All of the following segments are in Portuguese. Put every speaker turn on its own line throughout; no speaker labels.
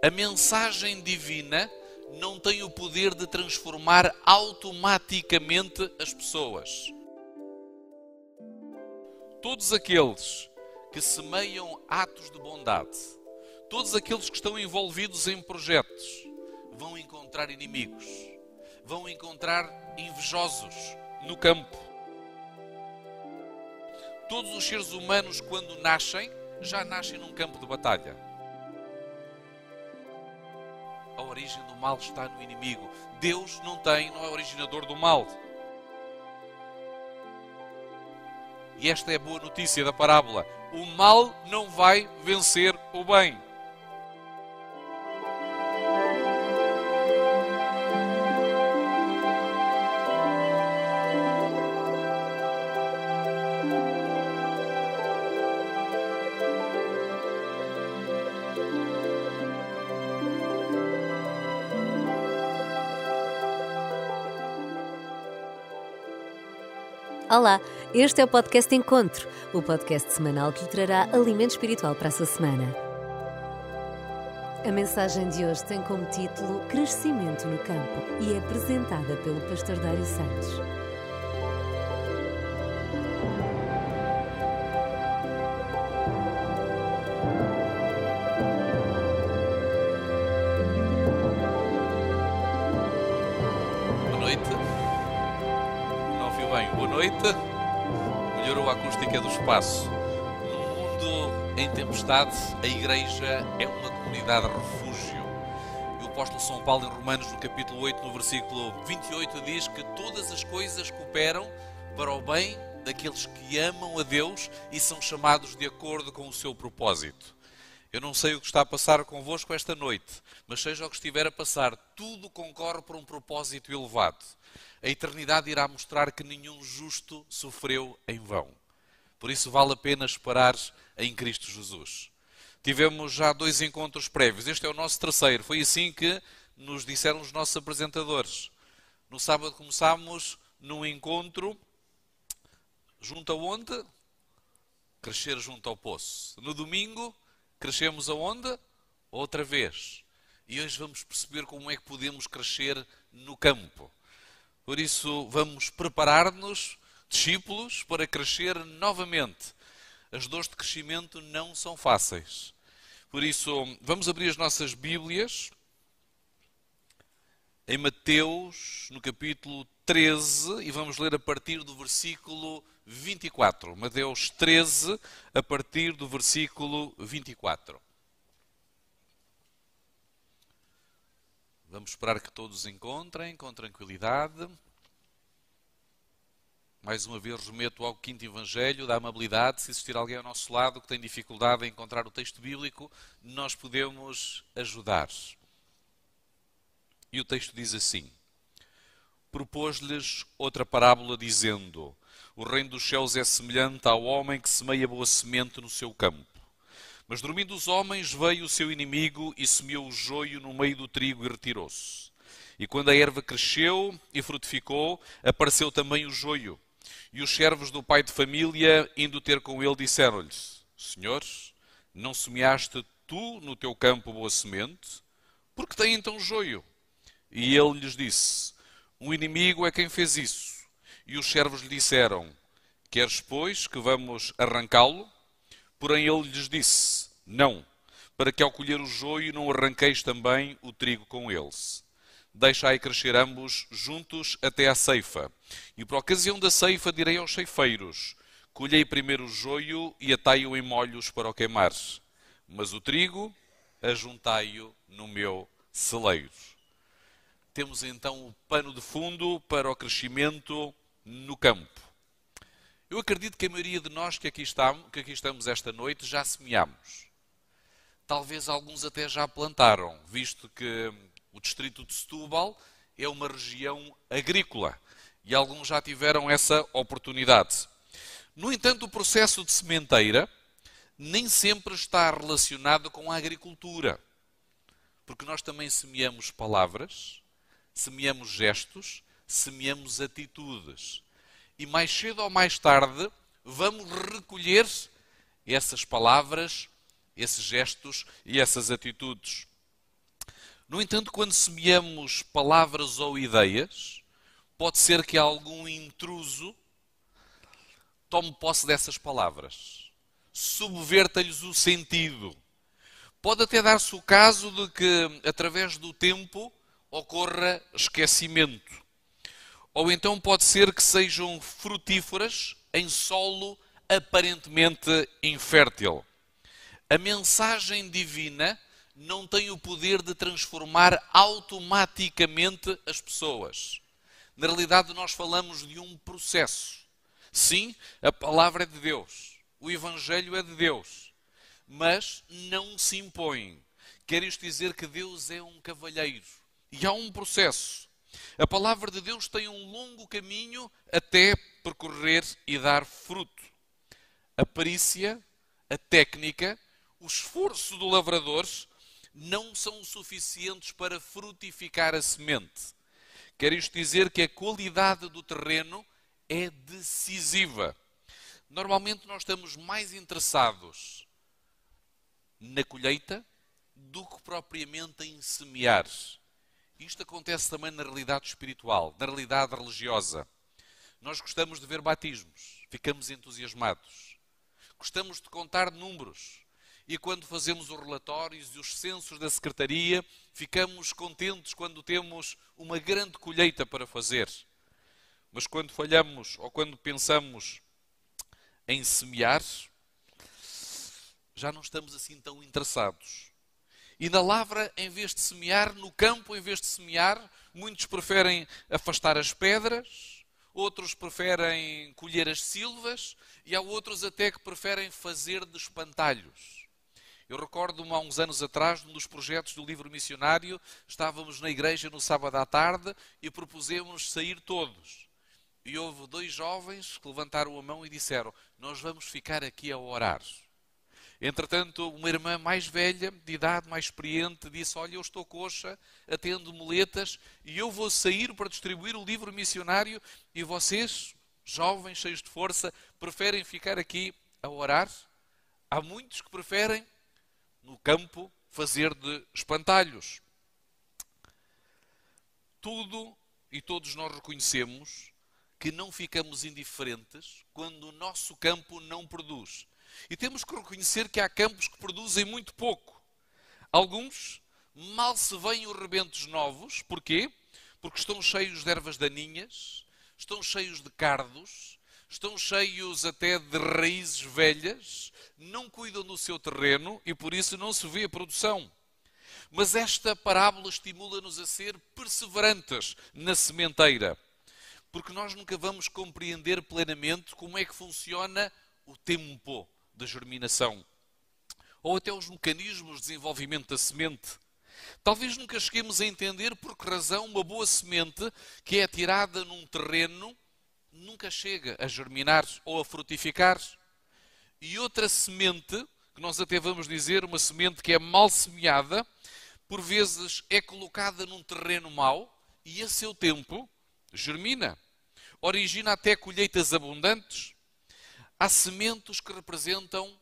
A mensagem divina não tem o poder de transformar automaticamente as pessoas. Todos aqueles que semeiam atos de bondade, todos aqueles que estão envolvidos em projetos, vão encontrar inimigos, vão encontrar invejosos no campo. Todos os seres humanos, quando nascem, já nascem num campo de batalha. A origem do mal está no inimigo. Deus não é originador do mal. E esta é a boa notícia da parábola. O mal não vai vencer o bem.
Olá, este é o podcast Encontro, o podcast semanal que lhe trará alimento espiritual para a sua semana. A mensagem de hoje tem como título Crescimento no Campo e é apresentada pelo pastor Dário Santos.
Boa noite. Não ouviu bem? Boa noite. Melhorou a acústica do espaço. No mundo em tempestade, a Igreja é uma comunidade refúgio. E o apóstolo São Paulo, em Romanos, no capítulo 8, no versículo 28, diz que todas as coisas cooperam para o bem daqueles que amam a Deus e são chamados de acordo com o seu propósito. Eu não sei o que está a passar convosco esta noite, mas seja o que estiver a passar, tudo concorre para um propósito elevado. A eternidade irá mostrar que nenhum justo sofreu em vão. Por isso vale a pena esperar em Cristo Jesus. Tivemos já 2 encontros prévios, este é o nosso terceiro. Foi assim que nos disseram os nossos apresentadores. No sábado começámos num encontro junto aonde? Crescer junto ao poço. No domingo, crescemos aonde? Outra vez. E hoje vamos perceber como é que podemos crescer no campo. Por isso, vamos preparar-nos, discípulos, para crescer novamente. As dores de crescimento não são fáceis. Por isso, vamos abrir as nossas Bíblias em Mateus, no capítulo 13, e vamos ler a partir do versículo 24. Mateus 13, a partir do versículo 24. Vamos esperar que todos encontrem com tranquilidade. Mais uma vez remeto ao quinto Evangelho da amabilidade. Se existir alguém ao nosso lado que tem dificuldade em encontrar o texto bíblico, nós podemos ajudar. E o texto diz assim: propôs-lhes outra parábola dizendo: o reino dos céus é semelhante ao homem que semeia boa semente no seu campo. Mas dormindo os homens, veio o seu inimigo e semeou o joio no meio do trigo e retirou-se. E quando a erva cresceu e frutificou, apareceu também o joio. E os servos do pai de família, indo ter com ele, disseram-lhe: Senhor, não semeaste tu no teu campo boa semente? Por que tem então joio? E ele lhes disse: um inimigo é quem fez isso. E os servos lhe disseram: queres, pois, que vamos arrancá-lo? Porém ele lhes disse: não, para que ao colher o joio não arranqueis também o trigo com eles. Deixai crescer ambos juntos até à ceifa. E por ocasião da ceifa direi aos ceifeiros: colhei primeiro o joio e atai-o em molhos para o queimar. Mas o trigo ajuntai-o no meu celeiro. Temos então o pano de fundo para o crescimento no campo. Eu acredito que a maioria de nós que aqui estamos esta noite já semeámos. Talvez alguns até já plantaram, visto que o distrito de Setúbal é uma região agrícola e alguns já tiveram essa oportunidade. No entanto, o processo de sementeira nem sempre está relacionado com a agricultura, porque nós também semeamos palavras, semeamos gestos, semeamos atitudes. E mais cedo ou mais tarde vamos recolher essas palavras, esses gestos e essas atitudes. No entanto, quando semeamos palavras ou ideias, pode ser que algum intruso tome posse dessas palavras, subverta-lhes o sentido. Pode até dar-se o caso de que, através do tempo, ocorra esquecimento. Ou então pode ser que sejam frutíferas em solo aparentemente infértil. A mensagem divina não tem o poder de transformar automaticamente as pessoas. Na realidade, nós falamos de um processo. Sim, a palavra é de Deus, o Evangelho é de Deus, mas não se impõe. Quer isto dizer que Deus é um cavalheiro e há um processo. A palavra de Deus tem um longo caminho até percorrer e dar fruto. A perícia, a técnica, o esforço do lavrador não são suficientes para frutificar a semente. Quer isto dizer que a qualidade do terreno é decisiva. Normalmente nós estamos mais interessados na colheita do que propriamente em semear. Isto acontece também na realidade espiritual, na realidade religiosa. Nós gostamos de ver batismos, ficamos entusiasmados. Gostamos de contar números. E quando fazemos os relatórios e os censos da secretaria, ficamos contentes quando temos uma grande colheita para fazer. Mas quando falhamos ou quando pensamos em semear, já não estamos assim tão interessados. E na lavra, em vez de semear, no campo, em vez de semear, muitos preferem afastar as pedras, outros preferem colher as silvas e há outros até que preferem fazer de espantalhos. Eu recordo-me há uns anos atrás, num dos projetos do livro missionário, estávamos na igreja no sábado à tarde e propusemos sair todos. E houve 2 jovens que levantaram a mão e disseram: nós vamos ficar aqui a orar. Entretanto, uma irmã mais velha, de idade mais experiente, disse: olha, eu estou coxa, atendo muletas e eu vou sair para distribuir o livro missionário e vocês, jovens, cheios de força, preferem ficar aqui a orar? Há muitos que preferem, no campo, fazer de espantalhos. Tudo e todos nós reconhecemos que não ficamos indiferentes quando o nosso campo não produz. E temos que reconhecer que há campos que produzem muito pouco. Alguns mal se veem os rebentos novos. Porquê? Porque estão cheios de ervas daninhas, estão cheios de cardos, estão cheios até de raízes velhas, não cuidam do seu terreno e por isso não se vê a produção. Mas esta parábola estimula-nos a ser perseverantes na sementeira, porque nós nunca vamos compreender plenamente como é que funciona o tempo da germinação, ou até os mecanismos de desenvolvimento da semente. Talvez nunca cheguemos a entender por que razão uma boa semente que é tirada num terreno nunca chega a germinar ou a frutificar. E outra semente, que nós até vamos dizer, uma semente que é mal semeada, por vezes é colocada num terreno mau e a seu tempo germina. Origina até colheitas abundantes. Há sementes que representam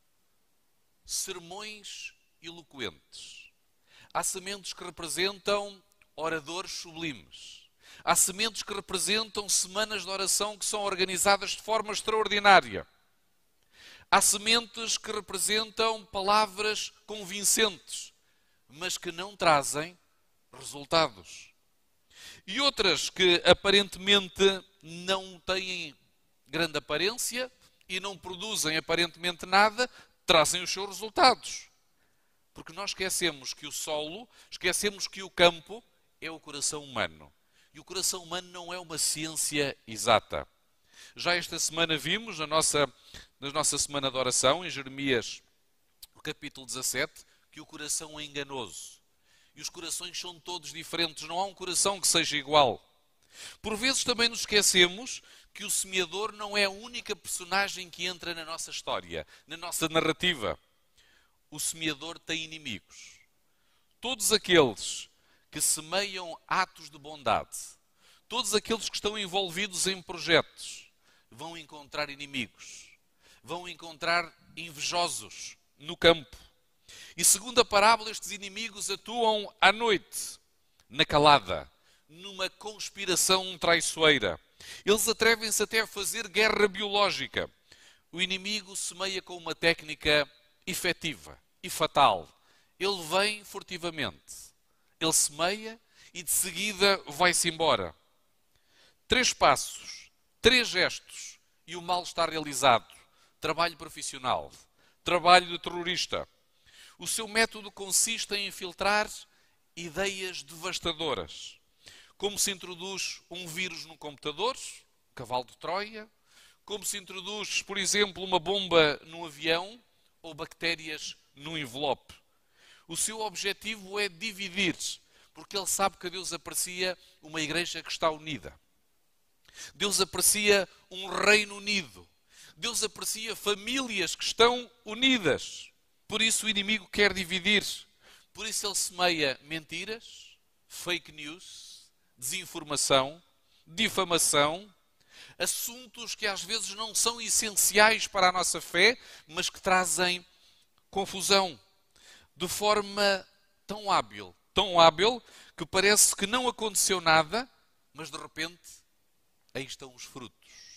sermões eloquentes. Há sementes que representam oradores sublimes. Há sementes que representam semanas de oração que são organizadas de forma extraordinária. Há sementes que representam palavras convincentes, mas que não trazem resultados. E outras que aparentemente não têm grande aparência e não produzem aparentemente nada, trazem os seus resultados. Porque nós esquecemos que o solo, esquecemos que o campo é o coração humano. E o coração humano não é uma ciência exata. Já esta semana vimos, na nossa semana de oração, em Jeremias, no capítulo 17, que o coração é enganoso. E os corações são todos diferentes, não há um coração que seja igual. Por vezes também nos esquecemos que o semeador não é a única personagem que entra na nossa história, na nossa narrativa. O semeador tem inimigos. Todos aqueles que semeiam atos de bondade, todos aqueles que estão envolvidos em projetos, vão encontrar inimigos, vão encontrar invejosos no campo. E segundo a parábola, estes inimigos atuam à noite, na calada, numa conspiração traiçoeira. Eles atrevem-se até a fazer guerra biológica. O inimigo semeia com uma técnica efetiva e fatal. Ele vem furtivamente. Ele semeia e de seguida vai-se embora. 3 passos, 3 gestos e o mal está realizado. Trabalho profissional, trabalho de terrorista. O seu método consiste em infiltrar ideias devastadoras. Como se introduz um vírus no computador, cavalo de Troia, como se introduz, por exemplo, uma bomba no avião ou bactérias no envelope. O seu objetivo é dividir, porque ele sabe que Deus aprecia uma igreja que está unida. Deus aprecia um reino unido. Deus aprecia famílias que estão unidas. Por isso o inimigo quer dividir. Por isso ele semeia mentiras, fake news, desinformação, difamação, assuntos que às vezes não são essenciais para a nossa fé, mas que trazem confusão, de forma tão hábil, que parece que não aconteceu nada, mas de repente, aí estão os frutos.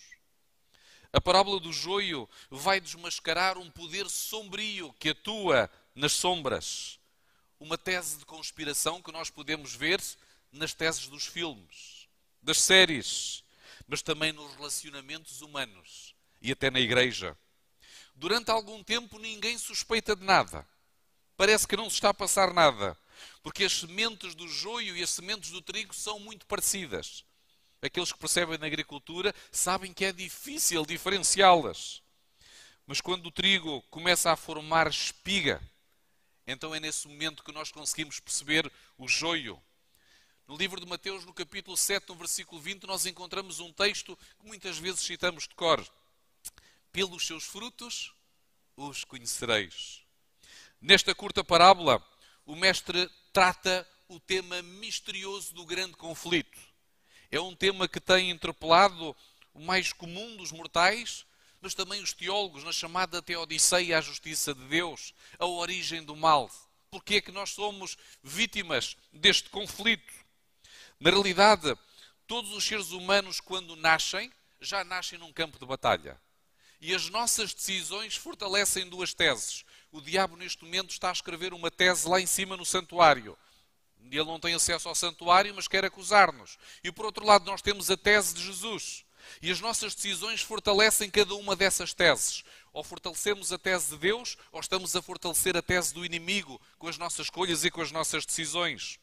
A parábola do joio vai desmascarar um poder sombrio que atua nas sombras. Uma tese de conspiração que nós podemos ver nas teses dos filmes, das séries, mas também nos relacionamentos humanos e até na igreja. Durante algum tempo ninguém suspeita de nada. Parece que não se está a passar nada, porque as sementes do joio e as sementes do trigo são muito parecidas. Aqueles que percebem na agricultura sabem que é difícil diferenciá-las. Mas quando o trigo começa a formar espiga, então é nesse momento que nós conseguimos perceber o joio. No livro de Mateus, no capítulo 7, no versículo 20, nós encontramos um texto que muitas vezes citamos de cor. Pelos seus frutos os conhecereis. Nesta curta parábola, o mestre trata o tema misterioso do grande conflito. É um tema que tem interpelado o mais comum dos mortais, mas também os teólogos, na chamada Teodiceia à justiça de Deus, a origem do mal. Porquê é que nós somos vítimas deste conflito? Na realidade, todos os seres humanos, quando nascem, já nascem num campo de batalha. E as nossas decisões fortalecem 2 teses. O diabo, neste momento, está a escrever uma tese lá em cima no santuário. Ele não tem acesso ao santuário, mas quer acusar-nos. E por outro lado, nós temos a tese de Jesus. E as nossas decisões fortalecem cada uma dessas teses. Ou fortalecemos a tese de Deus, ou estamos a fortalecer a tese do inimigo com as nossas escolhas e com as nossas decisões.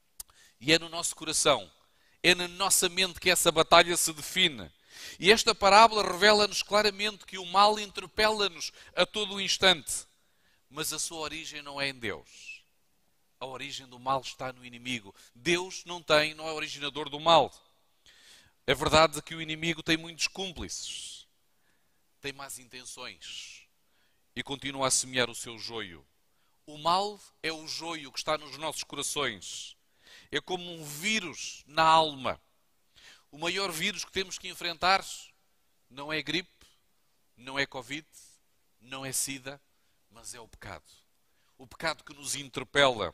E é no nosso coração, é na nossa mente que essa batalha se define. E esta parábola revela-nos claramente que o mal interpela-nos a todo o instante. Mas a sua origem não é em Deus. A origem do mal está no inimigo. Deus não é originador do mal. É verdade que o inimigo tem muitos cúmplices, tem más intenções e continua a semear o seu joio. O mal é o joio que está nos nossos corações. É como um vírus na alma. O maior vírus que temos que enfrentar não é gripe, não é Covid, não é SIDA, mas é o pecado. O pecado que nos interpela.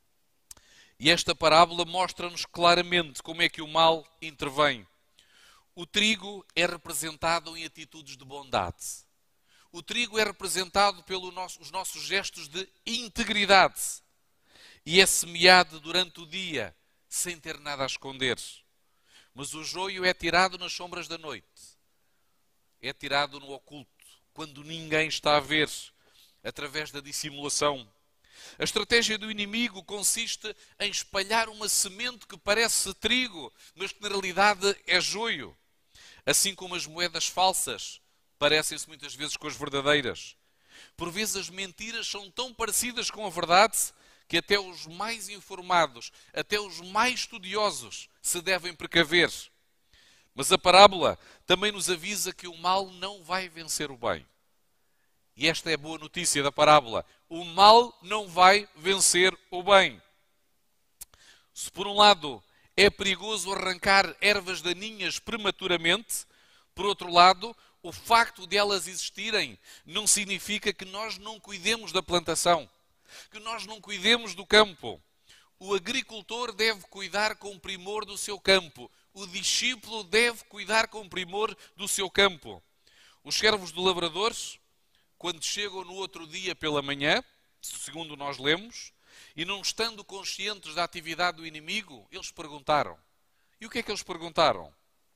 E esta parábola mostra-nos claramente como é que o mal intervém. O trigo é representado em atitudes de bondade. O trigo é representado pelos nossos gestos de integridade. E é semeado durante o dia, sem ter nada a esconder. Mas o joio é tirado nas sombras da noite. É tirado no oculto, quando ninguém está a ver, através da dissimulação. A estratégia do inimigo consiste em espalhar uma semente que parece trigo, mas que na realidade é joio. Assim como as moedas falsas parecem-se muitas vezes com as verdadeiras. Por vezes as mentiras são tão parecidas com a verdade que até os mais informados, até os mais estudiosos se devem precaver. Mas a parábola também nos avisa que o mal não vai vencer o bem. E esta é a boa notícia da parábola. O mal não vai vencer o bem. Se por um lado é perigoso arrancar ervas daninhas prematuramente, por outro lado, o facto de elas existirem não significa que nós não cuidemos da plantação. que nós não cuidemos do campo. O agricultor deve cuidar com primor do seu campo. O discípulo deve cuidar com primor do seu campo. Os servos do lavrador, quando chegam no outro dia pela manhã, segundo nós lemos, e não estando conscientes da atividade do inimigo, eles perguntaram. E o que é que eles perguntaram?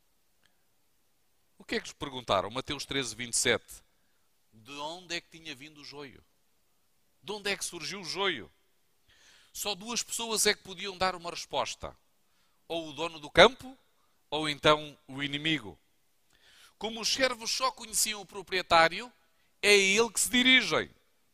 O que é que eles perguntaram? Mateus 13, 27. De onde é que tinha vindo o joio? De onde é que surgiu o joio? Só duas pessoas é que podiam dar uma resposta. Ou o dono do campo, ou então o inimigo. Como os servos só conheciam o proprietário, é a ele que se dirigem.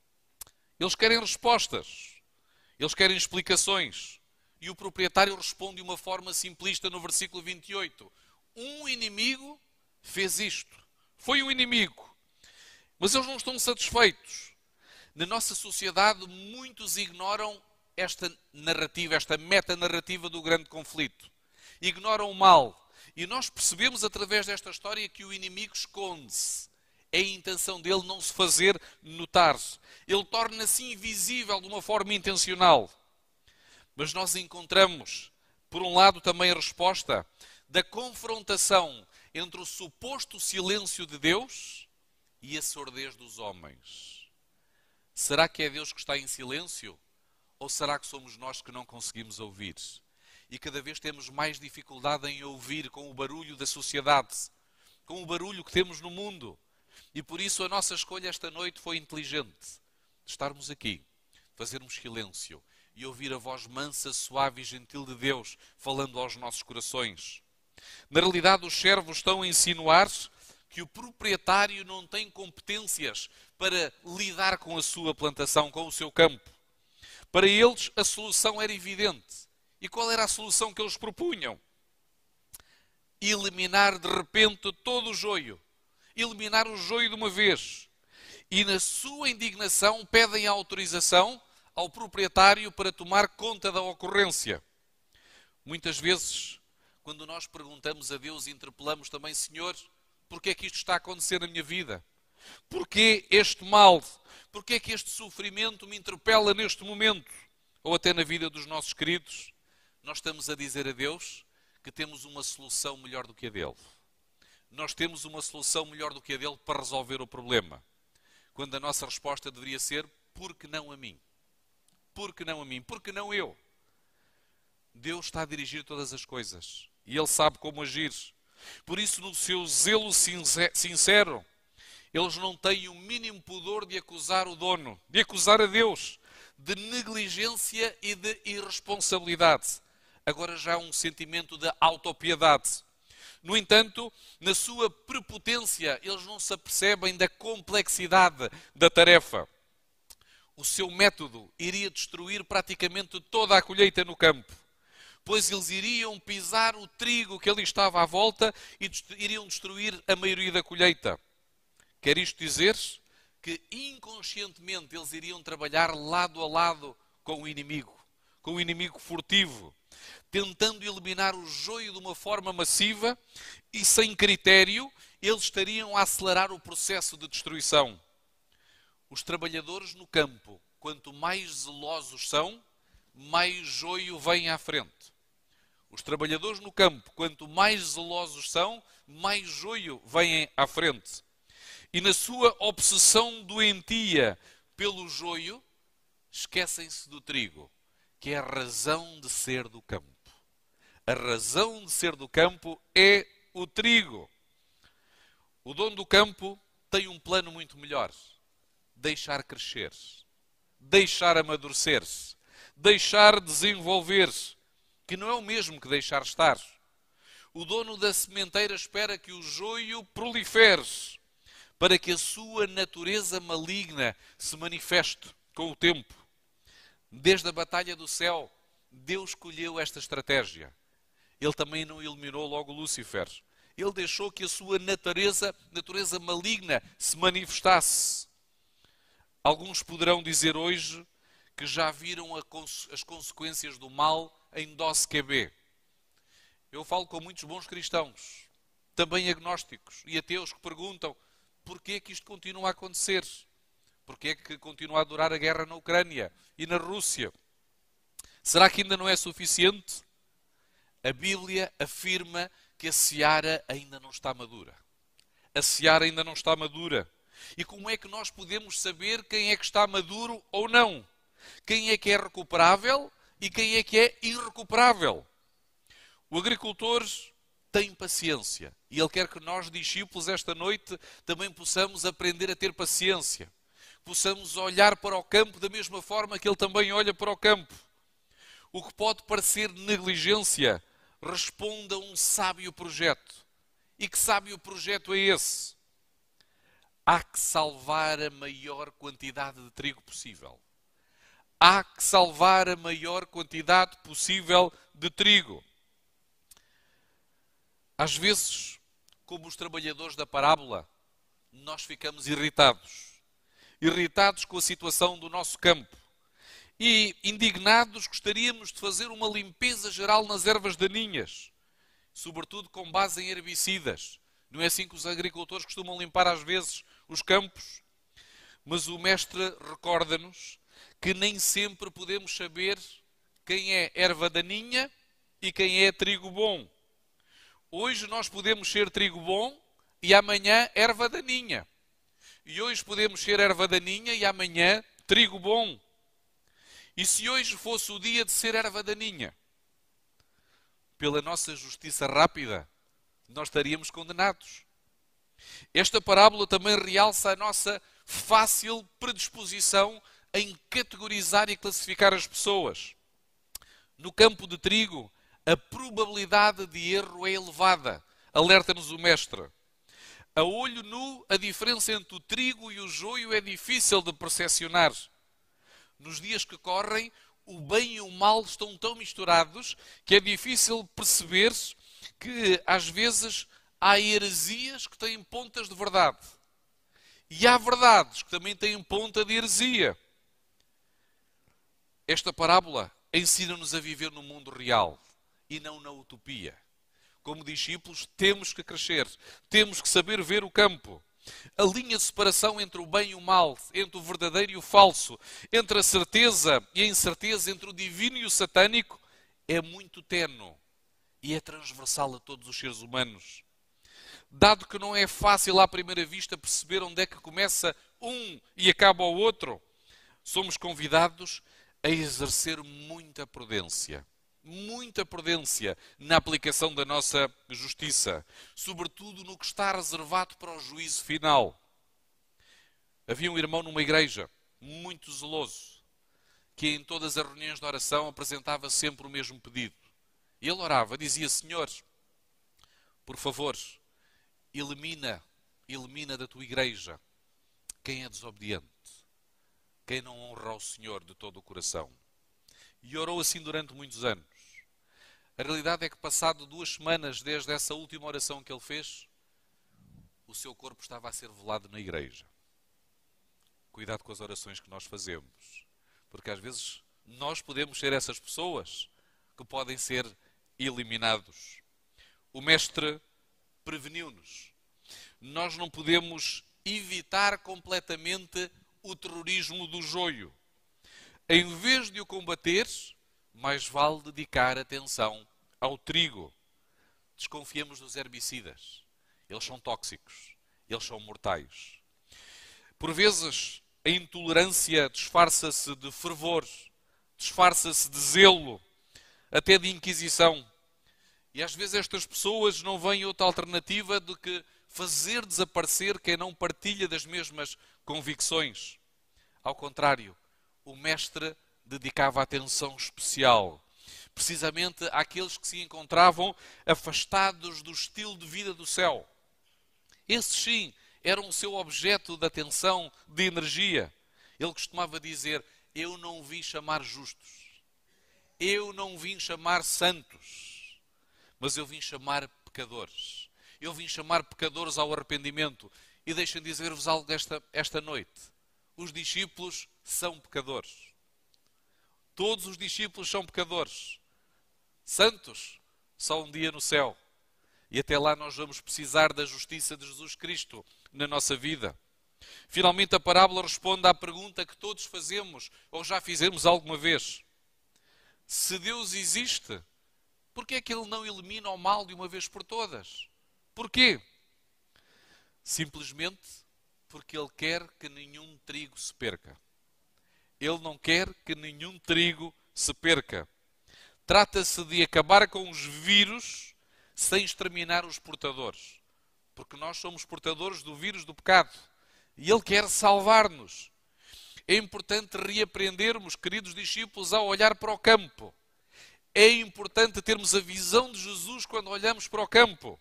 Eles querem respostas. Eles querem explicações. E o proprietário responde de uma forma simplista no versículo 28. Um inimigo fez isto. Foi um inimigo. Mas eles não estão satisfeitos. Na nossa sociedade, muitos ignoram esta narrativa, esta metanarrativa do grande conflito. Ignoram o mal. E nós percebemos através desta história que o inimigo esconde-se. É a intenção dele não se fazer notar. Ele torna-se invisível de uma forma intencional. Mas nós encontramos, por um lado, também a resposta da confrontação entre o suposto silêncio de Deus e a surdez dos homens. Será que é Deus que está em silêncio? Ou será que somos nós que não conseguimos ouvir? E cada vez temos mais dificuldade em ouvir com o barulho da sociedade, com o barulho que temos no mundo. E por isso a nossa escolha esta noite foi inteligente. De estarmos aqui, fazermos silêncio e ouvir a voz mansa, suave e gentil de Deus falando aos nossos corações. Na realidade, os servos estão a insinuar que o proprietário não tem competências para lidar com a sua plantação, com o seu campo. Para eles, a solução era evidente. E qual era a solução que eles propunham? Eliminar de repente todo o joio. Eliminar o joio de uma vez. E na sua indignação pedem a autorização ao proprietário para tomar conta da ocorrência. Muitas vezes, quando nós perguntamos a Deus, interpelamos também, Senhor, porquê é que isto está a acontecer na minha vida? Porquê este mal? Porquê é que este sofrimento me interpela neste momento? Ou até na vida dos nossos queridos? Nós estamos a dizer a Deus que temos uma solução melhor do que a dele. Nós temos uma solução melhor do que a dele para resolver o problema. Quando a nossa resposta deveria ser, por que não a mim? Por que não a mim? Por que não eu? Deus está a dirigir todas as coisas. E Ele sabe como agir. Por isso, no seu zelo sincero, eles não têm o mínimo pudor de acusar o dono, de acusar a Deus, de negligência e de irresponsabilidade. Agora já há um sentimento de autopiedade. No entanto, na sua prepotência, eles não se apercebem da complexidade da tarefa. O seu método iria destruir praticamente toda a colheita no campo, pois eles iriam pisar o trigo que ali estava à volta e iriam destruir a maioria da colheita. Quer isto dizer que inconscientemente eles iriam trabalhar lado a lado com o inimigo furtivo, tentando eliminar o joio de uma forma massiva e sem critério, eles estariam a acelerar o processo de destruição. Os trabalhadores no campo, quanto mais zelosos são, mais joio vem à frente. Os trabalhadores no campo, quanto mais zelosos são, mais joio vem à frente. E na sua obsessão doentia pelo joio, esquecem-se do trigo, que é a razão de ser do campo. A razão de ser do campo é o trigo. O dono do campo tem um plano muito melhor. Deixar crescer, deixar amadurecer-se, deixar desenvolver-se, que não é o mesmo que deixar estar. O dono da sementeira espera que o joio prolifere, para que a sua natureza maligna se manifeste com o tempo. Desde a batalha do céu, Deus escolheu esta estratégia. Ele também não eliminou logo Lúcifer. Ele deixou que a sua natureza maligna se manifestasse. Alguns poderão dizer hoje que já viram as consequências do mal em dose QB. Eu falo com muitos bons cristãos, também agnósticos e ateus, que perguntam porquê é que isto continua a acontecer? Porque é que continua a durar a guerra na Ucrânia e na Rússia? Será que ainda não é suficiente? A Bíblia afirma que a seara ainda não está madura. A seara ainda não está madura. E como é que nós podemos saber quem é que está maduro ou não? Quem é que é recuperável e quem é que é irrecuperável? O agricultor tem paciência e ele quer que nós, discípulos, esta noite também possamos aprender a ter paciência. Possamos olhar para o campo da mesma forma que ele também olha para o campo. O que pode parecer negligência responde a um sábio projeto. E que sábio projeto é esse? Há que salvar a maior quantidade de trigo possível. Há que salvar a maior quantidade possível de trigo. Às vezes, como os trabalhadores da parábola, nós ficamos irritados. Irritados com a situação do nosso campo. E, indignados, gostaríamos de fazer uma limpeza geral nas ervas daninhas. Sobretudo com base em herbicidas. Não é assim que os agricultores costumam limpar às vezes os campos? Mas o mestre recorda-nos que nem sempre podemos saber quem é erva daninha e quem é trigo bom. Hoje nós podemos ser trigo bom e amanhã erva daninha. E hoje podemos ser erva daninha e amanhã trigo bom. E se hoje fosse o dia de ser erva daninha, pela nossa justiça rápida, nós estaríamos condenados. Esta parábola também realça a nossa fácil predisposição em categorizar e classificar as pessoas. No campo de trigo, a probabilidade de erro é elevada, alerta-nos o mestre. A olho nu, a diferença entre o trigo e o joio é difícil de percepcionar. Nos dias que correm, o bem e o mal estão tão misturados que é difícil perceber que, às vezes, há heresias que têm pontas de verdade. E há verdades que também têm ponta de heresia. Esta parábola ensina-nos a viver no mundo real e não na utopia. Como discípulos, temos que crescer, temos que saber ver o campo. A linha de separação entre o bem e o mal, entre o verdadeiro e o falso, entre a certeza e a incerteza, entre o divino e o satânico, é muito ténue e é transversal a todos os seres humanos. Dado que não é fácil à primeira vista perceber onde é que começa um e acaba o outro, somos convidados a exercer muita prudência na aplicação da nossa justiça, sobretudo no que está reservado para o juízo final. Havia um irmão numa igreja, muito zeloso, que em todas as reuniões de oração apresentava sempre o mesmo pedido. Ele orava, dizia: Senhor, por favor, elimina da tua igreja quem é desobediente, quem não honra ao Senhor de todo o coração. E orou assim durante muitos anos. A realidade é que, passado 2 semanas desde essa última oração que ele fez, o seu corpo estava a ser velado na igreja. Cuidado com as orações que nós fazemos, porque às vezes nós podemos ser essas pessoas que podem ser eliminados. O mestre preveniu-nos. Nós não podemos evitar completamente o terrorismo do joio. Em vez de o combater, mais vale dedicar atenção ao trigo. Desconfiemos dos herbicidas. Eles são tóxicos. Eles são mortais. Por vezes, a intolerância disfarça-se de fervor, disfarça-se de zelo, até de inquisição. E às vezes estas pessoas não veem outra alternativa do que fazer desaparecer quem não partilha das mesmas convicções. Ao contrário, o mestre dedicava atenção especial, precisamente àqueles que se encontravam afastados do estilo de vida do céu. Esses sim eram o seu objeto de atenção, de energia. Ele costumava dizer: eu não vim chamar justos, eu não vim chamar santos, mas eu vim chamar pecadores. Eu vim chamar pecadores ao arrependimento. E deixem dizer-vos algo esta noite. Os discípulos são pecadores. Todos os discípulos são pecadores. Santos, só um dia no céu. E até lá nós vamos precisar da justiça de Jesus Cristo na nossa vida. Finalmente, a parábola responde à pergunta que todos fazemos ou já fizemos alguma vez. Se Deus existe, por que é que Ele não elimina o mal de uma vez por todas? Porquê? Simplesmente porque Ele quer que nenhum trigo se perca. Ele não quer que nenhum trigo se perca. Trata-se de acabar com os vírus sem exterminar os portadores. Porque nós somos portadores do vírus do pecado. E Ele quer salvar-nos. É importante reaprendermos, queridos discípulos, a olhar para o campo. É importante termos a visão de Jesus quando olhamos para o campo.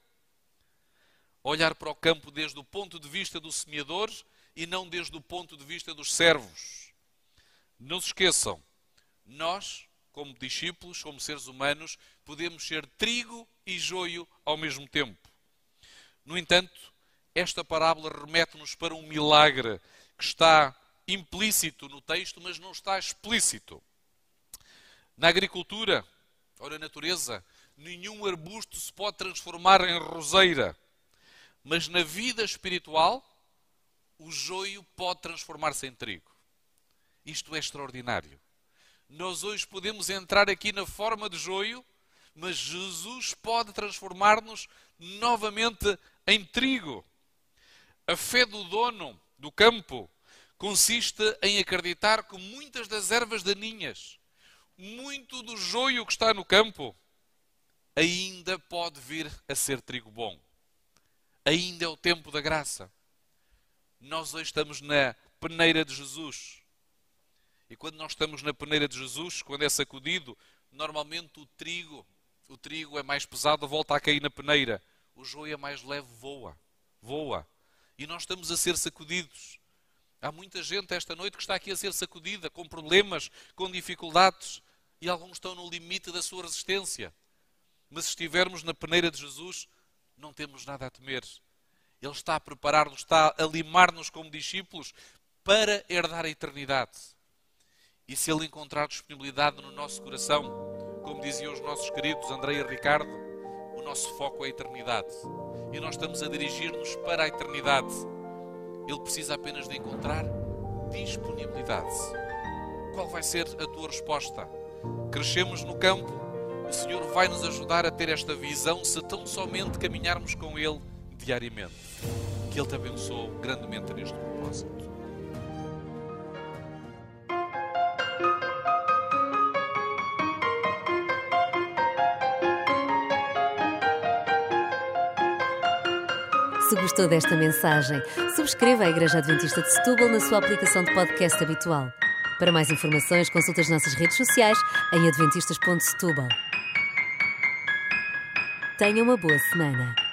Olhar para o campo desde o ponto de vista do semeador e não desde o ponto de vista dos servos. Não se esqueçam, nós, como discípulos, como seres humanos, podemos ser trigo e joio ao mesmo tempo. No entanto, esta parábola remete-nos para um milagre que está implícito no texto, mas não está explícito. Na agricultura ou na natureza, nenhum arbusto se pode transformar em roseira. Mas na vida espiritual, o joio pode transformar-se em trigo. Isto é extraordinário. Nós hoje podemos entrar aqui na forma de joio, mas Jesus pode transformar-nos novamente em trigo. A fé do dono do campo consiste em acreditar que muitas das ervas daninhas, muito do joio que está no campo, ainda pode vir a ser trigo bom. Ainda é o tempo da graça. Nós hoje estamos na peneira de Jesus. E quando nós estamos na peneira de Jesus, quando é sacudido, normalmente o trigo é mais pesado, volta a cair na peneira. O joio é mais leve, voa. E nós estamos a ser sacudidos. Há muita gente esta noite que está aqui a ser sacudida, com problemas, com dificuldades, e alguns estão no limite da sua resistência. Mas se estivermos na peneira de Jesus, não temos nada a temer. Ele está a preparar-nos, está a limar-nos como discípulos para herdar a eternidade. E se Ele encontrar disponibilidade no nosso coração, como diziam os nossos queridos André e Ricardo, o nosso foco é a eternidade. E nós estamos a dirigir-nos para a eternidade. Ele precisa apenas de encontrar disponibilidade. Qual vai ser a tua resposta? Crescemos no campo? O Senhor vai nos ajudar a ter esta visão se tão somente caminharmos com Ele diariamente. Que Ele te abençoe grandemente neste propósito.
Se gostou desta mensagem, subscreva a Igreja Adventista de Setúbal na sua aplicação de podcast habitual. Para mais informações, consulte as nossas redes sociais em adventistas.setúbal. Tenha uma boa semana.